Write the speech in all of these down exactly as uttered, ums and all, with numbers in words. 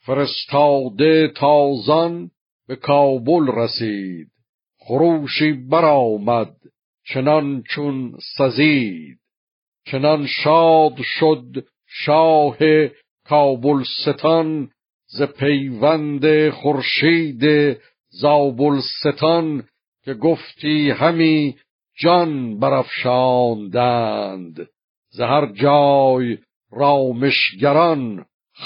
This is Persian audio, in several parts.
فرستاده تازان به کابل رسید، خروشی برآمد چنان چون سزید. چنان شاد شد شاه کابلستان، ز پیوند خورشید زابلستان، که گفتی همی جان برافشاندند، ز هر جای رامشگران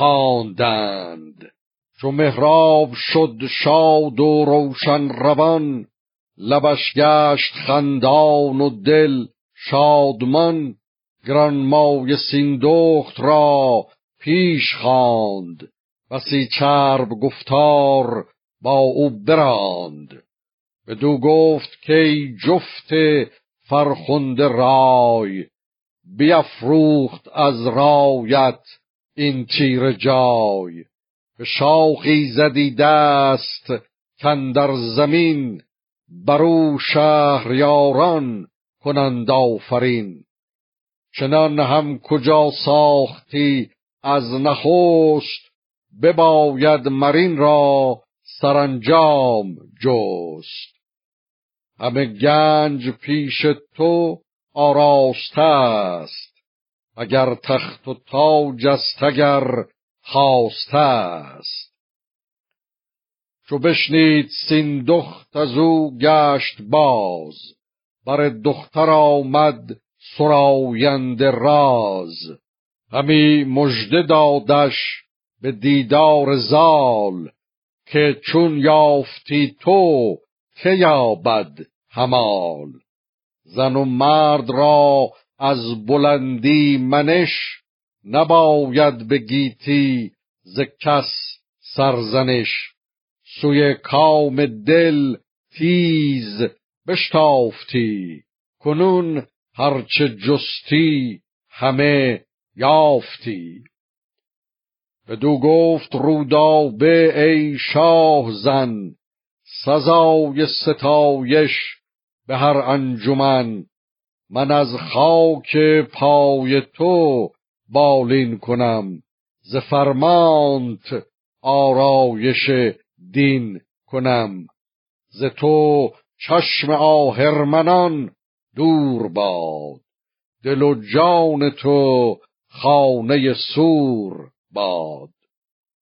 خواندند. چو مهراب شد شاد و روشن روان، لبش گشت خندان و دل شادمان. گرانمایه سیندخت را پیش خواند، بسی چرب گفتار با او براند. بدو گفت که جفت فرخنده رای، بیفروخت از رایت این تیره جای. به شاخی زدی دست کاندر زمین، برو شهریاران کنند آفرین. چنان هم کجا ساختی از نخست، بباید مرین را سرانجام جست. همه گنج پیش تو آراسته است، اگر تخت و تاج است اگر خواسته است. چو بشنید سیندخت از او گشت باز، بر دختر آمد سراینده راز. همی مژده دادش به دیدار زال، که چون یافتی تو که یابد همال. زن و مرد را از بلندی منش، نباید به گیتی ز کس سرزنش. سوی کام دل تیز بشتافتی، کنون هرچه جستی همه یافتی. بدو گفت رودابه ای شاه زن، سزای ستایش به هر انجمن. من از خاک پای تو بالین کنم، ز فرمانت آرایش دین کنم. ز تو چشم آهرمنان دور باد، دل و جان تو خانه سور باد.